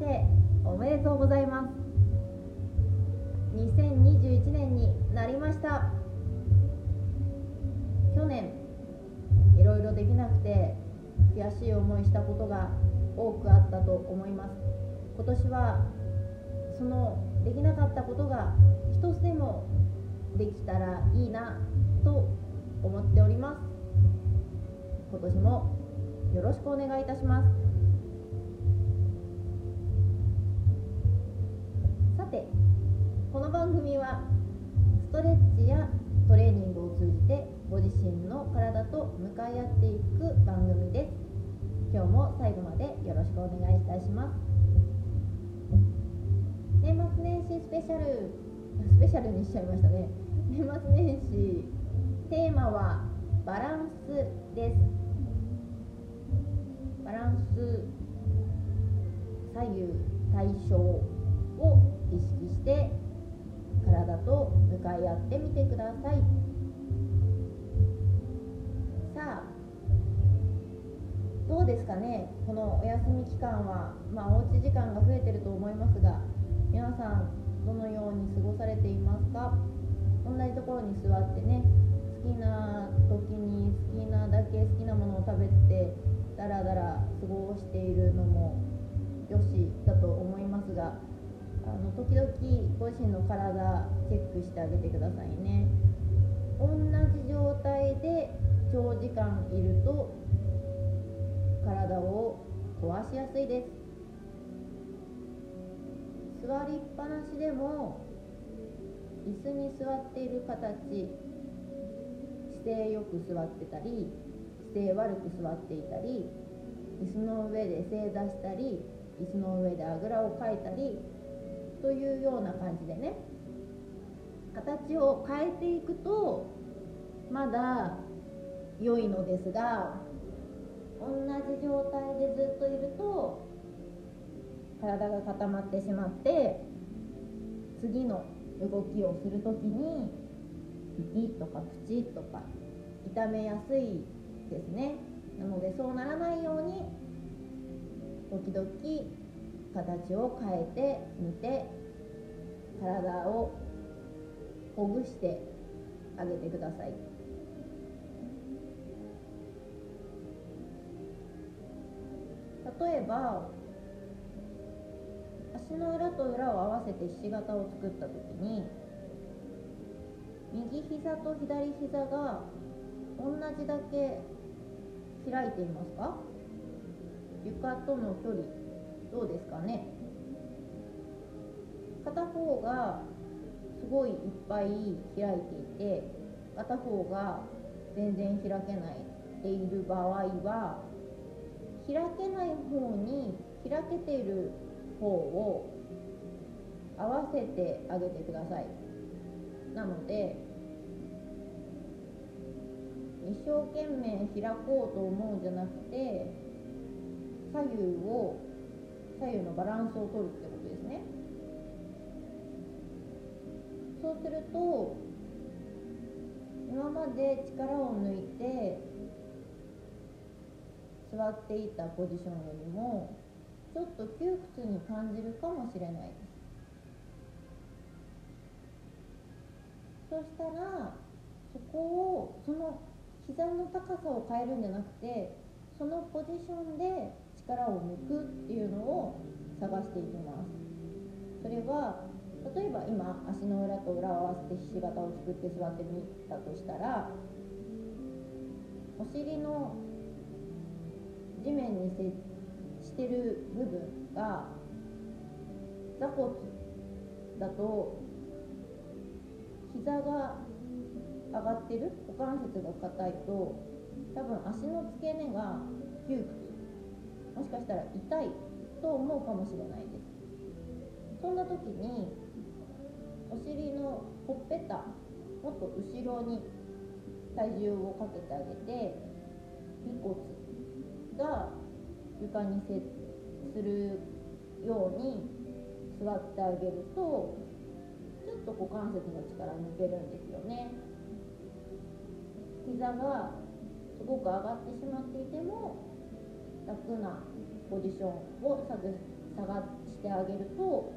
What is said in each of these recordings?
しておめでとうございます。2021年になりました。去年いろいろできなくて悔しい思いしたことが多くあったと思います。今年はそのできなかったことが一つでもできたらいいなと思っております。今年もよろしくお願いいたします。さて、この番組はストレッチやトレーニングを通じてご自身の体と向かい合っていく番組です。今日も最後までよろしくお願いいたします。年末年始スペシャルにしちゃいましたね。年末年始テーマはバランスです。バランス、左右対称を意識して体と向かい合ってみてください。さあ、どうですかね。このお休み期間は、おうち時間が増えてると思いますが、皆さんどのように過ごされていますか。同じところに座ってね、好きな時に好きなだけ好きなものを食べてだらだら過ごしているのもよしだと思いますが、時々ご自身の体チェックしてあげてくださいね。同じ状態で長時間いると体を壊しやすいです。座りっぱなしでも椅子に座っている形、姿勢よく座ってたり姿勢悪く座っていたり、椅子の上で正座したり椅子の上であぐらをかいたりというような感じでね、形を変えていくとまだ良いのですが、同じ状態でずっといると体が固まってしまって、次の動きをするときにピキとかプチとか痛めやすいですね。なのでそうならないように時々形を変えてみて、体をほぐしてあげてください。例えば足の裏と裏を合わせてひし形を作った時に、右膝と左膝が同じだけ開いていますか。床との距離どうですかね。片方がすごいいっぱい開いていて、片方が全然開けないでいる場合は、開けない方に開けている方を合わせてあげてください。なので一生懸命開こうと思うんじゃなくて、左右のバランスを取るってことですね。そうすると今まで力を抜いて座っていたポジションよりもちょっと窮屈に感じるかもしれないです。そしたらその膝の高さを変えるんじゃなくて、そのポジションで力を抜くっていうのを探していきます。それは例えば今足の裏と裏を合わせてひし形を作って座ってみたとしたら、お尻の地面に接してる部分が座骨だと、膝が上がってる股関節が硬いと多分足の付け根が窮屈、もしかしたら痛いと思うかもしれないです。そんな時にお尻のほっぺたもっと後ろに体重をかけてあげて、尾骨が床に接するように座ってあげると、ちょっと股関節の力抜けるんですよね。膝がすごく上がってしまっていても楽なポジションを探ししてあげると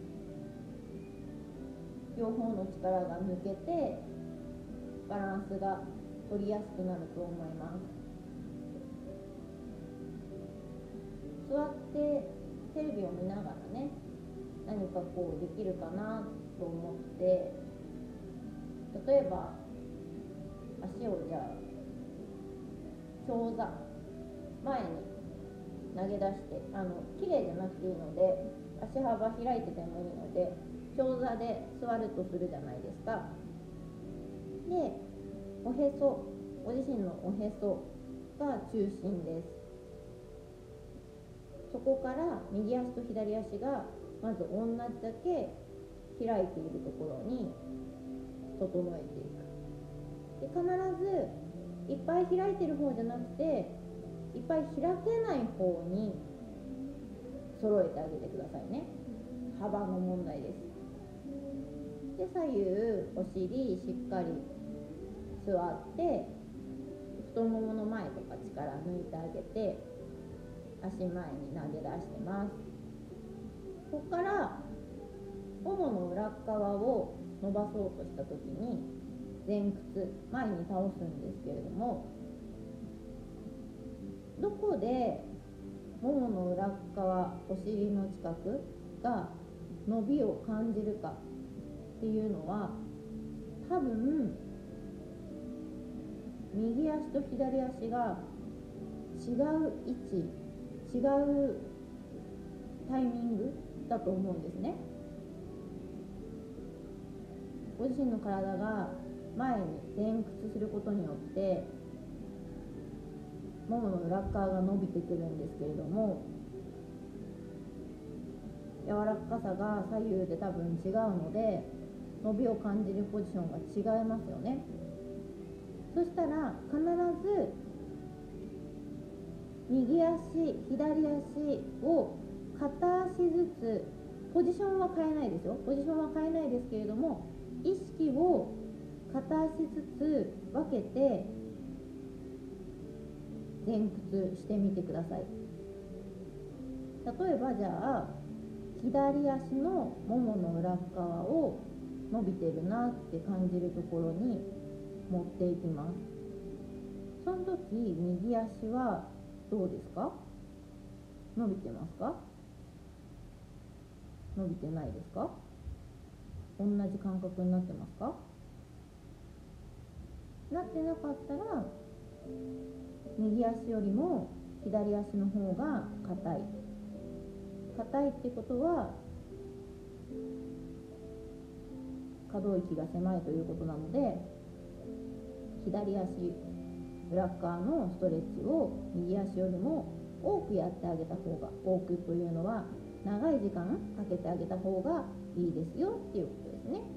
両方の力が抜けてバランスが取りやすくなると思います。座ってテレビを見ながらね、何かこうできるかなと思って、例えば足をじゃあ長座前に投げ出して、綺麗じゃなくていいので足幅開いててもいいので長座で座るとするじゃないですか。で、おへそ、ご自身のおへそが中心です。そこから右足と左足がまず同じだけ開いているところに整えていく。で、必ずいっぱい開いてる方じゃなくて、いっぱい開けない方に揃えてあげてくださいね。幅の問題です。で、左右お尻しっかり座って太ももの前とか力抜いてあげて足前に投げ出してます。ここからももの裏側を伸ばそうとした時に前屈前に倒すんですけれども、どこでももの裏側、お尻の近くが伸びを感じるかっていうのは、多分右足と左足が違う位置、違うタイミングだと思うんですね。ご自身の体が前に前屈することによってももの裏側が伸びてくるんですけれども、柔らかさが左右で多分違うので伸びを感じるポジションが違いますよね。そしたら必ず右足左足を片足ずつ、ポジションは変えないですよ、ポジションは変えないですけれども、意識を片足ずつ分けて前屈してみてください。例えばじゃあ左足のももの裏側を伸びてるなって感じるところに持っていきます。その時右足はどうですか？伸びてますか？伸びてないですか？同じ感覚になってますか？なってなかったら右足よりも左足の方が硬い。硬いってことは可動域が狭いということなので、左足裏側のストレッチを右足よりも多くやってあげた方が、多くというのは長い時間かけてあげた方がいいですよっていうことですね。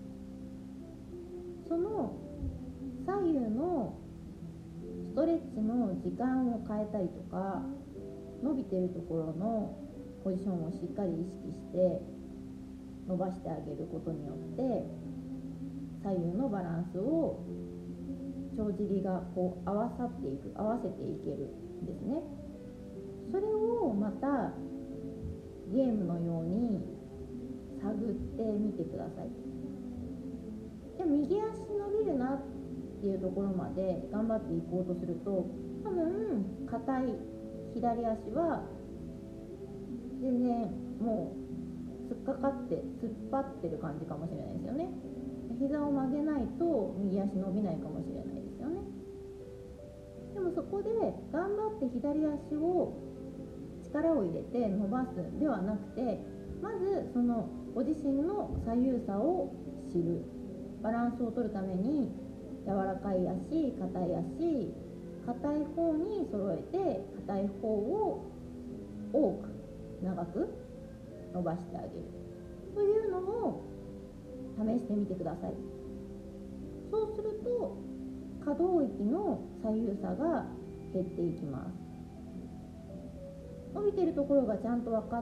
その左右のストレッチの時間を変えたりとか、伸びてるところのポジションをしっかり意識して伸ばしてあげることによって左右のバランスを帳尻がこう合わさっていく、合わせていけるんですね。それをまたゲームのように探ってみてください。で、右足伸びるなっていうところまで頑張っていこうとすると、多分硬い左足は全然もう突っかかって突っ張ってる感じかもしれないですよね。膝を曲げないと右足伸びないかもしれないですよね。でもそこで頑張って左足を力を入れて伸ばすではなくて、まずそのご自身の左右差を知る、バランスを取るために柔らかい足、硬い足、硬い方に揃えて硬い方を多く長く伸ばしてあげるというのを試してみてください。そうすると可動域の左右差が減っていきます。伸びているところがちゃんと分かって、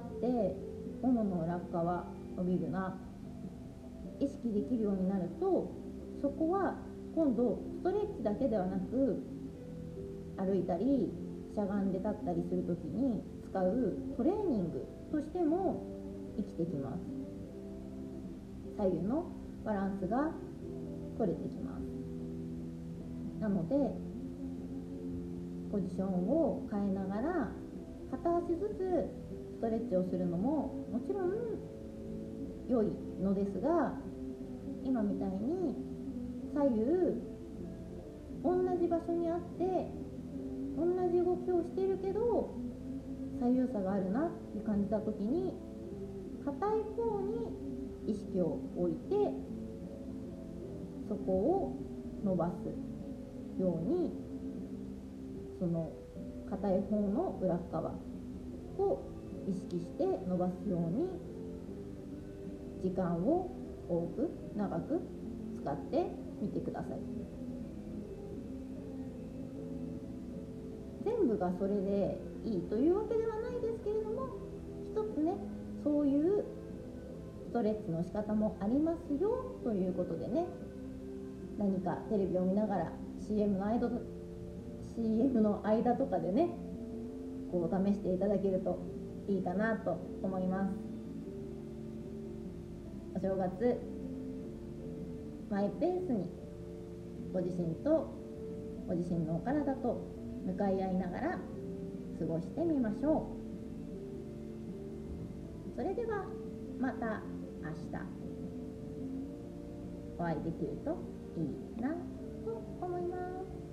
ももの裏側伸びるな、意識できるようになると、そこは今度ストレッチだけではなく、歩いたりしゃがんで立ったりするときに使うトレーニングとしても生きてきます。左右のバランスが取れてきます。なのでポジションを変えながら片足ずつストレッチをするのももちろん良いのですが、今みたいに左右同じ場所にあって同じ動きをしているけど左右差があるなって感じた時に、硬い方に意識を置いてそこを伸ばすように、その硬い方の裏側を意識して伸ばすように時間を多く長く使ってみてください。全部がそれでいいというわけではないですけれども、一つね、そういうストレッチの仕方もありますよということでね、何かテレビを見ながら CM の間とかでね、こう試していただけるといいかなと思います。お正月マイペースにご自身とご自身のお体と向かい合いながら過ごしてみましょう。それではまた明日お会いできるといいなと思います。